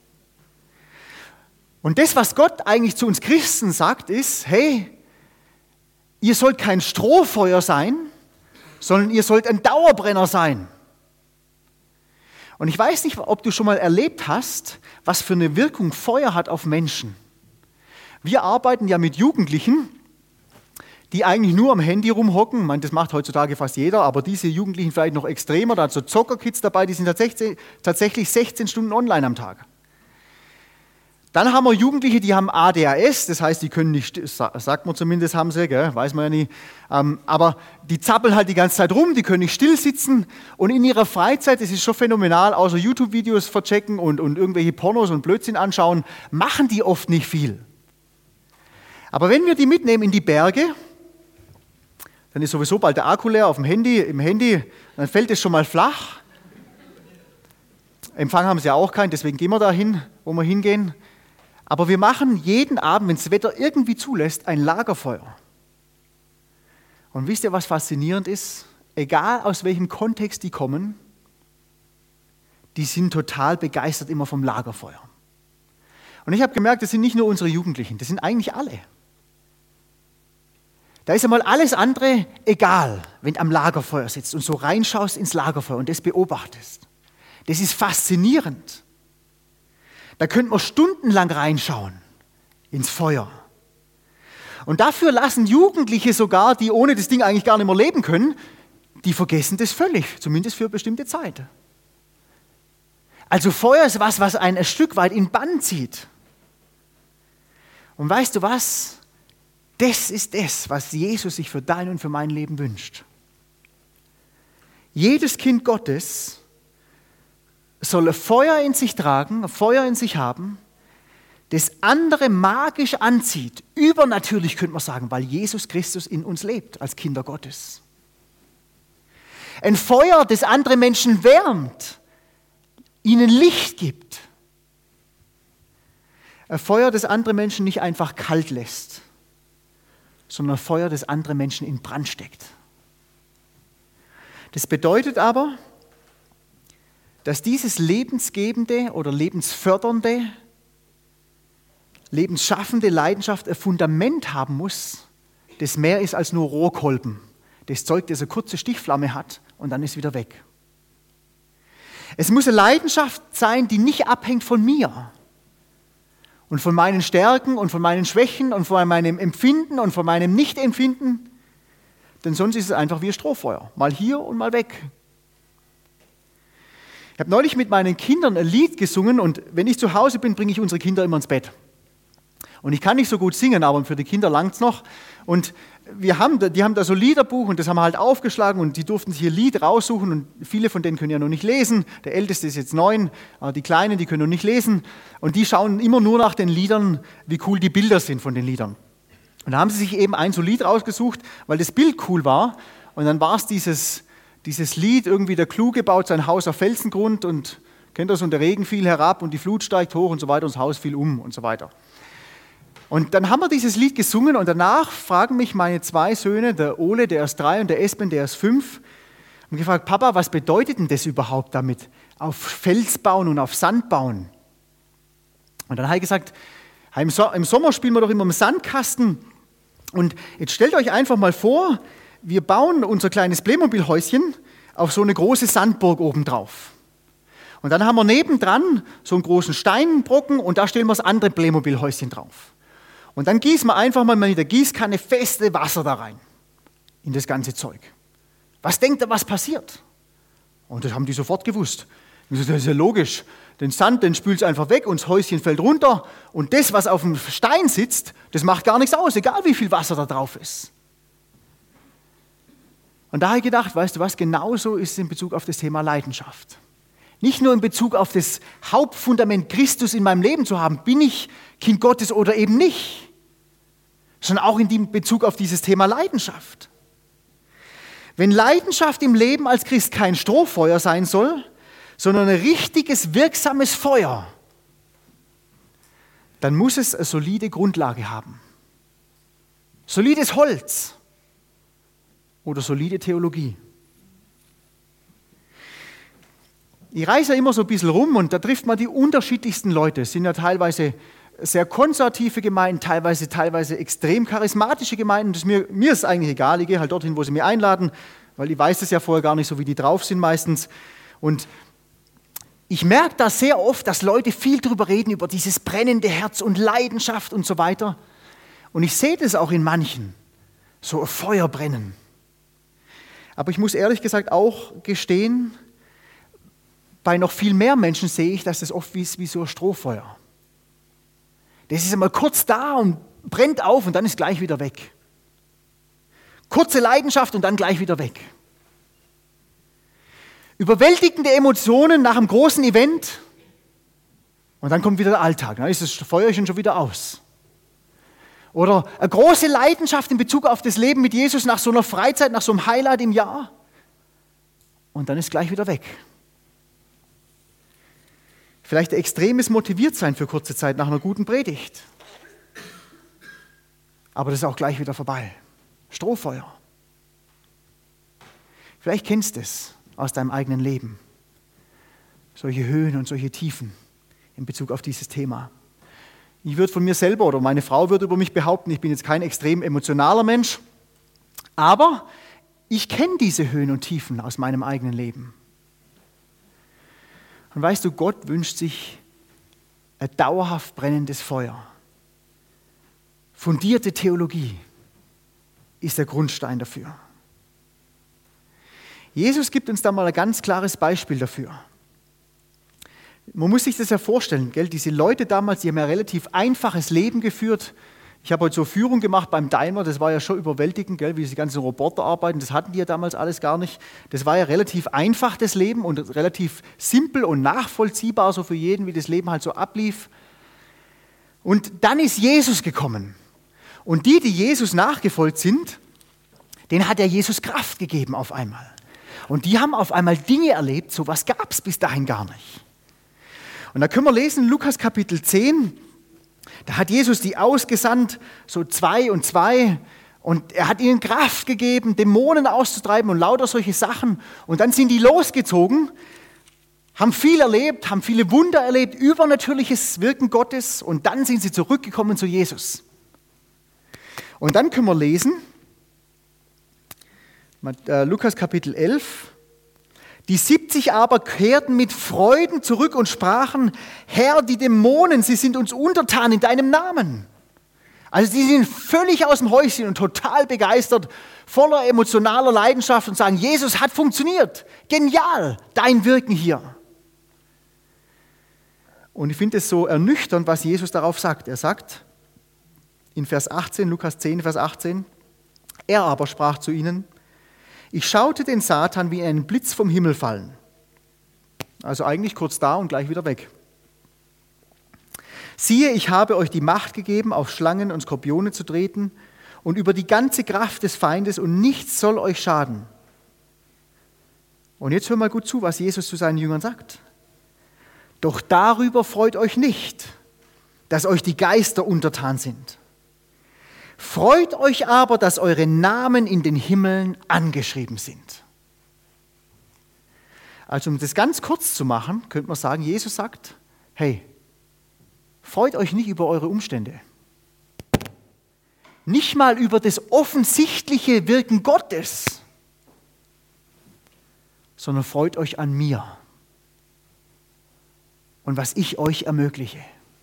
Und das, was Gott eigentlich zu uns Christen sagt, ist, hey, ihr sollt kein Strohfeuer sein, sondern ihr sollt ein Dauerbrenner sein. Und ich weiß nicht, ob du schon mal erlebt hast, was für eine Wirkung Feuer hat auf Menschen. Wir arbeiten ja mit Jugendlichen, die eigentlich nur am Handy rumhocken. Ich meine, das macht heutzutage fast jeder, aber diese Jugendlichen vielleicht noch extremer. Da hat so Zockerkids dabei, die sind tatsächlich sechzehn Stunden online am Tag. Dann haben wir Jugendliche, die haben A D H S, das heißt, die können nicht, sagt man zumindest, haben sie, gell? Weiß man ja nie, ähm, aber die zappeln halt die ganze Zeit rum, die können nicht still sitzen und in ihrer Freizeit, das ist schon phänomenal, außer YouTube-Videos verchecken und, und irgendwelche Pornos und Blödsinn anschauen, machen die oft nicht viel. Aber wenn wir die mitnehmen in die Berge, dann ist sowieso bald der Akku leer auf dem Handy, im Handy, dann fällt es schon mal flach. Empfang haben sie ja auch keinen, deswegen gehen wir da hin, wo wir hingehen. Aber wir machen jeden Abend, wenn das Wetter irgendwie zulässt, ein Lagerfeuer. Und wisst ihr, was faszinierend ist? Egal aus welchem Kontext die kommen, die sind total begeistert immer vom Lagerfeuer. Und ich habe gemerkt, das sind nicht nur unsere Jugendlichen, das sind eigentlich alle. Da ist einmal alles andere egal, wenn du am Lagerfeuer sitzt und so reinschaust ins Lagerfeuer und das beobachtest. Das ist faszinierend. Da könnte man stundenlang reinschauen ins Feuer. Und dafür lassen Jugendliche sogar, die ohne das Ding eigentlich gar nicht mehr leben können, die vergessen das völlig, zumindest für eine bestimmte Zeit. Also Feuer ist was, was einen ein Stück weit in den Bann zieht. Und weißt du was? Das ist das, was Jesus sich für dein und für mein Leben wünscht. Jedes Kind Gottes soll ein Feuer in sich tragen, ein Feuer in sich haben, das andere magisch anzieht. Übernatürlich könnte man sagen, weil Jesus Christus in uns lebt, als Kinder Gottes. Ein Feuer, das andere Menschen wärmt, ihnen Licht gibt. Ein Feuer, das andere Menschen nicht einfach kalt lässt, sondern ein Feuer, das andere Menschen in Brand steckt. Das bedeutet aber, dass dieses lebensgebende oder lebensfördernde, lebensschaffende Leidenschaft ein Fundament haben muss, das mehr ist als nur Rohrkolben. Das Zeug, das eine kurze Stichflamme hat und dann ist wieder weg. Es muss eine Leidenschaft sein, die nicht abhängt von mir und von meinen Stärken und von meinen Schwächen und von meinem Empfinden und von meinem Nichtempfinden, denn sonst ist es einfach wie ein Strohfeuer, mal hier und mal weg. Ich habe neulich mit meinen Kindern ein Lied gesungen und wenn ich zu Hause bin, bringe ich unsere Kinder immer ins Bett. Und ich kann nicht so gut singen, aber für die Kinder langt es noch. Und wir haben, die haben da so ein Liederbuch und das haben wir halt aufgeschlagen und die durften sich ihr Lied raussuchen und viele von denen können ja noch nicht lesen. Der Älteste ist jetzt neun, aber die Kleinen, die können noch nicht lesen. Und die schauen immer nur nach den Liedern, wie cool die Bilder sind von den Liedern. Und da haben sie sich eben ein so Lied rausgesucht, weil das Bild cool war. Und dann war es dieses, dieses Lied, irgendwie der Kluge baut sein Haus auf Felsengrund und kennt das, und der Regen fiel herab und die Flut steigt hoch und so weiter und das Haus fiel um und so weiter. Und dann haben wir dieses Lied gesungen und danach fragen mich meine zwei Söhne, der Ole, der ist drei und der Espen, der ist fünf, haben gefragt, Papa, was bedeutet denn das überhaupt damit? Auf Fels bauen und auf Sand bauen. Und dann habe ich gesagt, im Sommer spielen wir doch immer im Sandkasten und jetzt stellt euch einfach mal vor, wir bauen unser kleines Playmobil-Häuschen auf so eine große Sandburg obendrauf. Und dann haben wir nebendran so einen großen Steinbrocken und da stellen wir das andere Playmobil-Häuschen drauf. Und dann gießen wir einfach mal mit der Gießkanne feste Wasser da rein, in das ganze Zeug. Was denkt ihr, was passiert? Und das haben die sofort gewusst. Das ist ja logisch. Den Sand, den spült es einfach weg und das Häuschen fällt runter. Und das, was auf dem Stein sitzt, das macht gar nichts aus, egal wie viel Wasser da drauf ist. Und da habe ich gedacht, weißt du was, genauso ist es in Bezug auf das Thema Leidenschaft. Nicht nur in Bezug auf das Hauptfundament Christus in meinem Leben zu haben, bin ich Kind Gottes oder eben nicht, sondern auch in Bezug auf dieses Thema Leidenschaft. Wenn Leidenschaft im Leben als Christ kein Strohfeuer sein soll, sondern ein richtiges, wirksames Feuer, dann muss es eine solide Grundlage haben. Solides Holz oder solide Theologie. Ich reise ja immer so ein bisschen rum und da trifft man die unterschiedlichsten Leute. Es sind ja teilweise sehr konservative Gemeinden, teilweise, teilweise extrem charismatische Gemeinden. Das mir, mir ist eigentlich egal, ich gehe halt dorthin, wo sie mich einladen, weil ich weiß es ja vorher gar nicht so, wie die drauf sind meistens. Und ich merke da sehr oft, dass Leute viel drüber reden, über dieses brennende Herz und Leidenschaft und so weiter. Und ich sehe das auch in manchen, so ein Feuer brennen. Aber ich muss ehrlich gesagt auch gestehen, bei noch viel mehr Menschen sehe ich, dass das oft wie, wie so ein Strohfeuer. Das ist einmal kurz da und brennt auf und dann ist gleich wieder weg. Kurze Leidenschaft und dann gleich wieder weg. Überwältigende Emotionen nach einem großen Event und dann kommt wieder der Alltag. Dann ist das Feuerchen schon wieder aus. Oder eine große Leidenschaft in Bezug auf das Leben mit Jesus nach so einer Freizeit, nach so einem Highlight im Jahr und dann ist gleich wieder weg. Vielleicht ein extremes Motiviertsein für kurze Zeit nach einer guten Predigt. Aber das ist auch gleich wieder vorbei. Strohfeuer. Vielleicht kennst du es aus deinem eigenen Leben. Solche Höhen und solche Tiefen in Bezug auf dieses Thema. Ich würde von mir selber oder meine Frau würde über mich behaupten, ich bin jetzt kein extrem emotionaler Mensch, aber ich kenne diese Höhen und Tiefen aus meinem eigenen Leben. Und weißt du, Gott wünscht sich ein dauerhaft brennendes Feuer. Fundierte Theologie ist der Grundstein dafür. Jesus gibt uns da mal ein ganz klares Beispiel dafür. Man muss sich das ja vorstellen, gell? Diese Leute damals, die haben ja ein relativ einfaches Leben geführt. Ich habe heute so Führung gemacht beim Daimler, das war ja schon überwältigend, gell? Wie diese ganzen Roboter arbeiten, das hatten die ja damals alles gar nicht. Das war ja relativ einfach, das Leben, und relativ simpel und nachvollziehbar so für jeden, wie das Leben halt so ablief. Und dann ist Jesus gekommen. Und die, die Jesus nachgefolgt sind, denen hat der Jesus Kraft gegeben auf einmal. Und die haben auf einmal Dinge erlebt, sowas gab es bis dahin gar nicht. Und da können wir lesen, Lukas Kapitel zehn, da hat Jesus die ausgesandt, so zwei und zwei, und er hat ihnen Kraft gegeben, Dämonen auszutreiben und lauter solche Sachen. Und dann sind die losgezogen, haben viel erlebt, haben viele Wunder erlebt, übernatürliches Wirken Gottes, und dann sind sie zurückgekommen zu Jesus. Und dann können wir lesen, Lukas Kapitel elf, die siebzig aber kehrten mit Freuden zurück und sprachen, Herr, die Dämonen, sie sind uns untertan in deinem Namen. Also die sind völlig aus dem Häuschen und total begeistert, voller emotionaler Leidenschaft und sagen, Jesus hat funktioniert, genial, dein Wirken hier. Und ich finde es so ernüchternd, was Jesus darauf sagt. Er sagt in Vers achtzehn, Lukas zehn, Vers achtzehn, er aber sprach zu ihnen, ich schaute den Satan wie einen Blitz vom Himmel fallen. Also eigentlich kurz da und gleich wieder weg. Siehe, ich habe euch die Macht gegeben, auf Schlangen und Skorpione zu treten und über die ganze Kraft des Feindes, und nichts soll euch schaden. Und jetzt hör mal gut zu, was Jesus zu seinen Jüngern sagt. Doch darüber freut euch nicht, dass euch die Geister untertan sind. Freut euch aber, dass eure Namen in den Himmeln angeschrieben sind. Also um das ganz kurz zu machen, könnte man sagen, Jesus sagt, hey, freut euch nicht über eure Umstände. Nicht mal über das offensichtliche Wirken Gottes, sondern freut euch an mir und was ich euch ermögliche.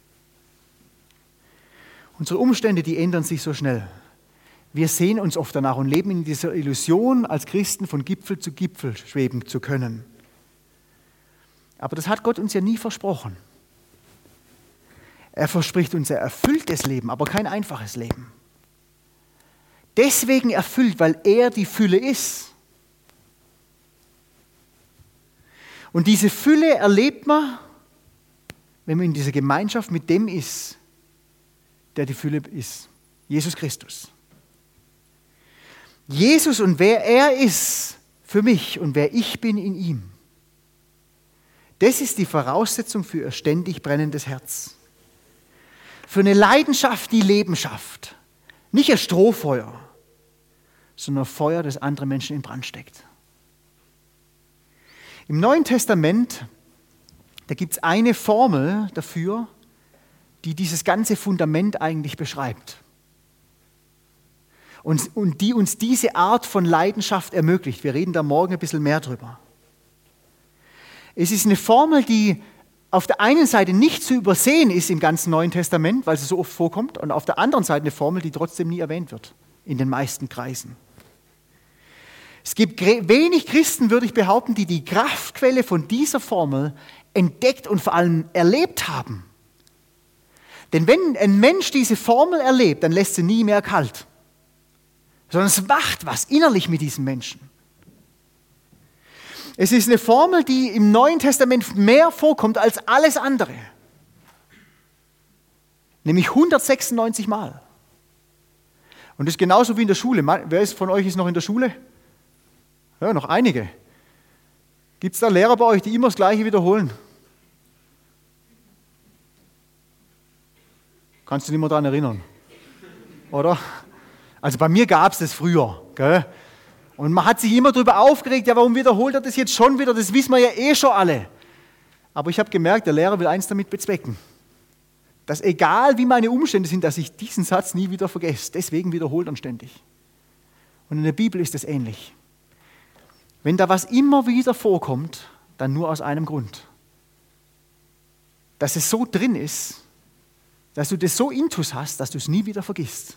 Unsere Umstände, die ändern sich so schnell. Wir sehen uns oft danach und leben in dieser Illusion, als Christen von Gipfel zu Gipfel schweben zu können. Aber das hat Gott uns ja nie versprochen. Er verspricht uns ein erfülltes Leben, aber kein einfaches Leben. Deswegen erfüllt, weil er die Fülle ist. Und diese Fülle erlebt man, wenn man in dieser Gemeinschaft mit dem ist, der die Fülle ist, Jesus Christus. Jesus und wer er ist für mich und wer ich bin in ihm, das ist die Voraussetzung für ein ständig brennendes Herz. Für eine Leidenschaft, die Leben schafft. Nicht ein Strohfeuer, sondern ein Feuer, das andere Menschen in Brand steckt. Im Neuen Testament, da gibt es eine Formel dafür, die dieses ganze Fundament eigentlich beschreibt. Und, und die uns diese Art von Leidenschaft ermöglicht. Wir reden da morgen ein bisschen mehr drüber. Es ist eine Formel, die auf der einen Seite nicht zu übersehen ist im ganzen Neuen Testament, weil sie so oft vorkommt, und auf der anderen Seite eine Formel, die trotzdem nie erwähnt wird, in den meisten Kreisen. Es gibt wenig Christen, würde ich behaupten, die die Kraftquelle von dieser Formel entdeckt und vor allem erlebt haben. Denn wenn ein Mensch diese Formel erlebt, dann lässt sie nie mehr kalt. Sondern es wacht was innerlich mit diesem Menschen. Es ist eine Formel, die im Neuen Testament mehr vorkommt als alles andere. Nämlich hundertsechsundneunzig Mal. Und das ist genauso wie in der Schule. Wer ist von euch ist noch in der Schule? Ja, noch einige. Gibt es da Lehrer bei euch, die immer das Gleiche wiederholen? Kannst du dich nicht mehr daran erinnern? Oder? Also bei mir gab es das früher. Gell? Und man hat sich immer darüber aufgeregt, ja, warum wiederholt er das jetzt schon wieder? Das wissen wir ja eh schon alle. Aber ich habe gemerkt, der Lehrer will eins damit bezwecken. Dass egal wie meine Umstände sind, dass ich diesen Satz nie wieder vergesse. Deswegen wiederholt er ständig. Und in der Bibel ist es ähnlich. Wenn da was immer wieder vorkommt, dann nur aus einem Grund. Dass es so drin ist, dass du das so intus hast, dass du es nie wieder vergisst.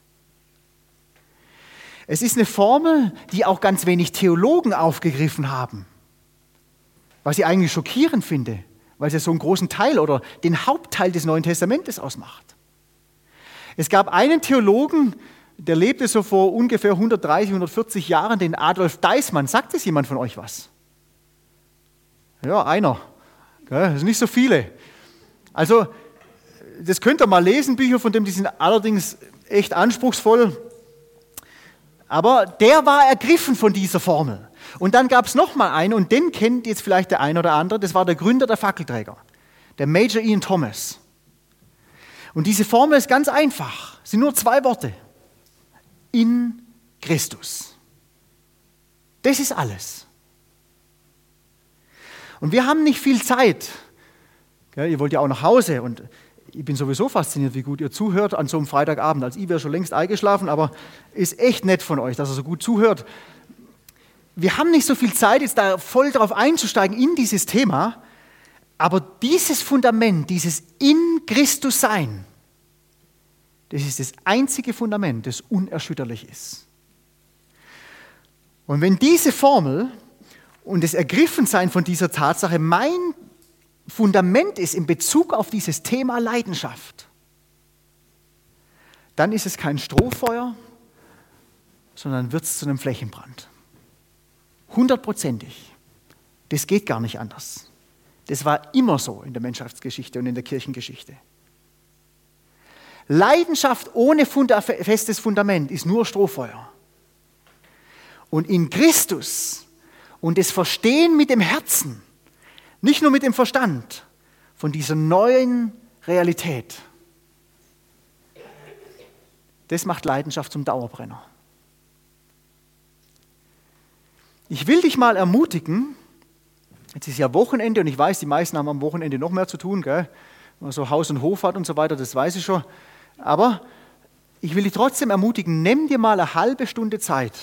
Es ist eine Formel, die auch ganz wenig Theologen aufgegriffen haben. Was ich eigentlich schockierend finde, weil es ja so einen großen Teil oder den Hauptteil des Neuen Testamentes ausmacht. Es gab einen Theologen, der lebte so vor ungefähr hundertdreißig, hundertvierzig Jahren, den Adolf Deismann. Sagt es jemand von euch was? Ja, einer. Das sind nicht so viele. Also das könnt ihr mal lesen, Bücher von dem, die sind allerdings echt anspruchsvoll. Aber der war ergriffen von dieser Formel. Und dann gab es noch mal einen, und den kennt jetzt vielleicht der ein oder andere, das war der Gründer der Fackelträger, der Major Ian Thomas. Und diese Formel ist ganz einfach, es sind nur zwei Worte. In Christus. Das ist alles. Und wir haben nicht viel Zeit. Ja, ihr wollt ja auch nach Hause, und ich bin sowieso fasziniert, wie gut ihr zuhört an so einem Freitagabend. Als ich wäre schon längst eingeschlafen, aber ist echt nett von euch, dass ihr so gut zuhört. Wir haben nicht so viel Zeit, jetzt da voll drauf einzusteigen in dieses Thema, aber dieses Fundament, dieses in Christus sein, das ist das einzige Fundament, das unerschütterlich ist. Und wenn diese Formel und das Ergriffensein von dieser Tatsache mein Fundament ist in Bezug auf dieses Thema Leidenschaft, dann ist es kein Strohfeuer, sondern wird es zu einem Flächenbrand. Hundertprozentig. Das geht gar nicht anders. Das war immer so in der Menschheitsgeschichte und in der Kirchengeschichte. Leidenschaft ohne Funda- festes Fundament ist nur Strohfeuer. Und in Christus und das Verstehen mit dem Herzen, nicht nur mit dem Verstand, von dieser neuen Realität, das macht Leidenschaft zum Dauerbrenner. Ich will dich mal ermutigen, jetzt ist ja Wochenende und ich weiß, die meisten haben am Wochenende noch mehr zu tun, gell? Wenn man so Haus und Hof hat und so weiter, das weiß ich schon. Aber ich will dich trotzdem ermutigen, nimm dir mal eine halbe Stunde Zeit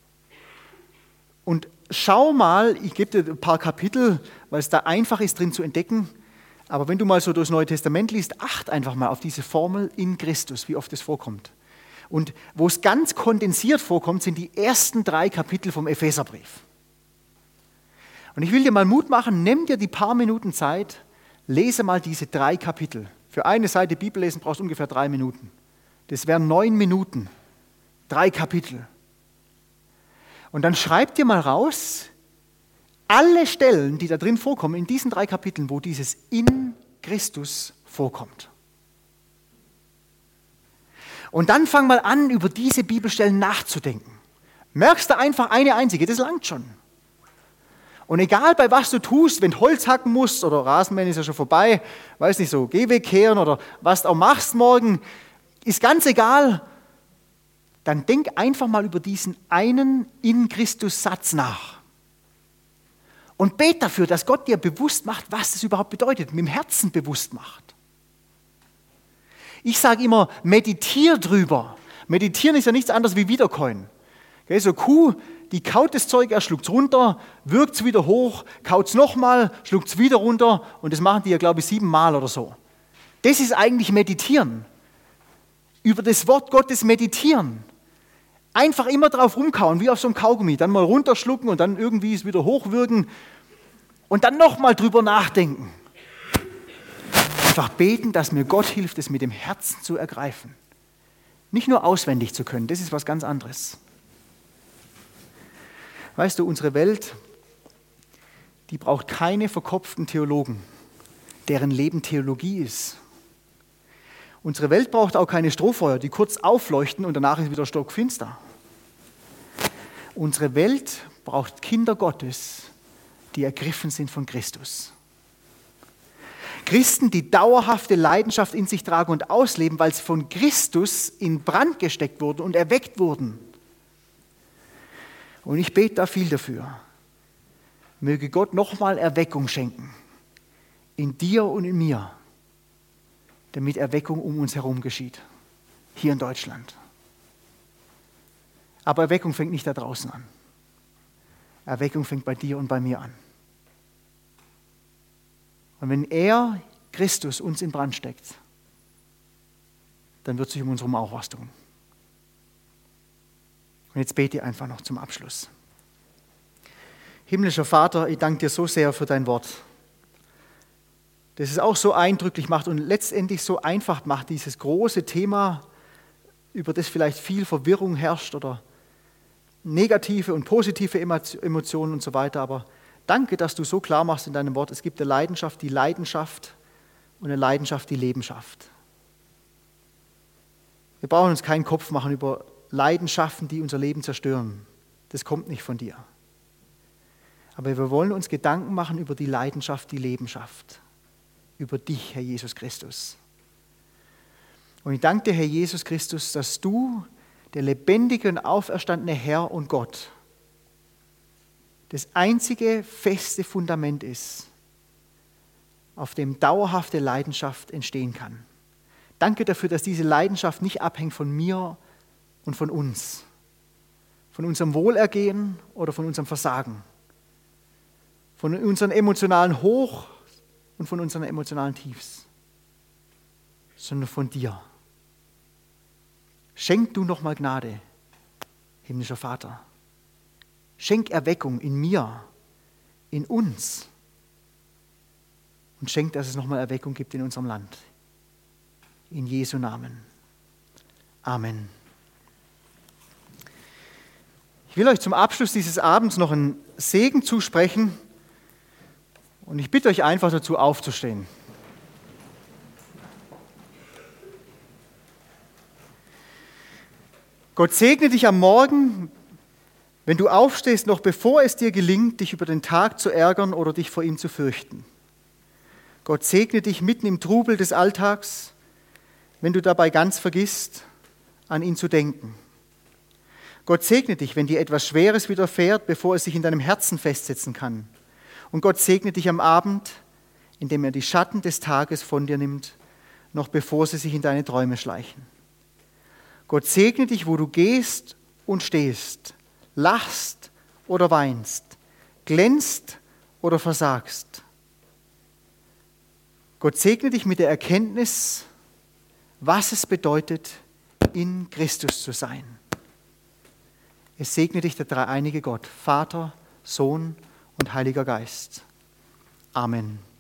und schau mal, ich gebe dir ein paar Kapitel, weil es da einfach ist drin zu entdecken, aber wenn du mal so durchs Neue Testament liest, acht einfach mal auf diese Formel in Christus, wie oft es vorkommt. Und wo es ganz kondensiert vorkommt, sind die ersten drei Kapitel vom Epheserbrief. Und ich will dir mal Mut machen, nimm dir die paar Minuten Zeit, lese mal diese drei Kapitel. Für eine Seite Bibel lesen brauchst du ungefähr drei Minuten. Das wären neun Minuten, drei Kapitel. Und dann schreib dir mal raus, alle Stellen, die da drin vorkommen, in diesen drei Kapiteln, wo dieses in Christus vorkommt. Und dann fang mal an, über diese Bibelstellen nachzudenken. Merkst du einfach eine einzige, das langt schon. Und egal bei was du tust, wenn du Holz hacken musst oder Rasenmähen ist ja schon vorbei, weiß nicht so, Gehweg kehren oder was du auch machst morgen, ist ganz egal. Dann denk einfach mal über diesen einen in Christus Satz nach. Und bet dafür, dass Gott dir bewusst macht, was das überhaupt bedeutet, mit dem Herzen bewusst macht. Ich sage immer, meditier drüber. Meditieren ist ja nichts anderes wie Wiederkäuen. Okay, so Kuh, die kaut das Zeug, er schluckt es runter, wirkt es wieder hoch, kaut es nochmal, schluckt es wieder runter und das machen die ja, glaube ich, siebenmal oder so. Das ist eigentlich Meditieren. Über das Wort Gottes meditieren. Einfach immer drauf rumkauen, wie auf so einem Kaugummi. Dann mal runterschlucken und dann irgendwie es wieder hochwirken und dann nochmal drüber nachdenken. Einfach beten, dass mir Gott hilft, es mit dem Herzen zu ergreifen. Nicht nur auswendig zu können, das ist was ganz anderes. Weißt du, unsere Welt, die braucht keine verkopften Theologen, deren Leben Theologie ist. Unsere Welt braucht auch keine Strohfeuer, die kurz aufleuchten und danach ist wieder stockfinster. Unsere Welt braucht Kinder Gottes, die ergriffen sind von Christus. Christen, die dauerhafte Leidenschaft in sich tragen und ausleben, weil sie von Christus in Brand gesteckt wurden und erweckt wurden. Und ich bete da viel dafür. Möge Gott nochmal Erweckung schenken, in dir und in mir, damit Erweckung um uns herum geschieht, hier in Deutschland. Aber Erweckung fängt nicht da draußen an. Erweckung fängt bei dir und bei mir an. Und wenn er, Christus, uns in Brand steckt, dann wird sich um uns herum auch was tun. Und jetzt bete ich einfach noch zum Abschluss. Himmlischer Vater, ich danke dir so sehr für dein Wort, das es auch so eindrücklich macht und letztendlich so einfach macht, dieses große Thema, über das vielleicht viel Verwirrung herrscht oder negative und positive Emotionen und so weiter. Aber danke, dass du so klar machst in deinem Wort, es gibt eine Leidenschaft, die Leidenschaft und eine Leidenschaft, die Leben schafft. Wir brauchen uns keinen Kopf machen über Leidenschaften, die unser Leben zerstören. Das kommt nicht von dir. Aber wir wollen uns Gedanken machen über die Leidenschaft, die Leben schafft. Über dich, Herr Jesus Christus. Und ich danke dir, Herr Jesus Christus, dass du, der lebendige und auferstandene Herr und Gott, das einzige feste Fundament ist, auf dem dauerhafte Leidenschaft entstehen kann. Danke dafür, dass diese Leidenschaft nicht abhängt von mir und von uns, von unserem Wohlergehen oder von unserem Versagen, von unseren emotionalen Hoch und von unseren emotionalen Tiefs, sondern von dir. Schenk du nochmal Gnade, himmlischer Vater. Schenk Erweckung in mir, in uns. Und schenk, dass es nochmal Erweckung gibt in unserem Land. In Jesu Namen. Amen. Ich will euch zum Abschluss dieses Abends noch einen Segen zusprechen und ich bitte euch einfach dazu aufzustehen. Gott segne dich am Morgen, wenn du aufstehst, noch bevor es dir gelingt, dich über den Tag zu ärgern oder dich vor ihm zu fürchten. Gott segne dich mitten im Trubel des Alltags, wenn du dabei ganz vergisst, an ihn zu denken. Gott segne dich, wenn dir etwas Schweres widerfährt, bevor es sich in deinem Herzen festsetzen kann. Und Gott segne dich am Abend, indem er die Schatten des Tages von dir nimmt, noch bevor sie sich in deine Träume schleichen. Gott segne dich, wo du gehst und stehst, lachst oder weinst, glänzt oder versagst. Gott segne dich mit der Erkenntnis, was es bedeutet, in Christus zu sein. Es segne dich der dreieinige Gott, Vater, Sohn und Heiliger Geist. Amen.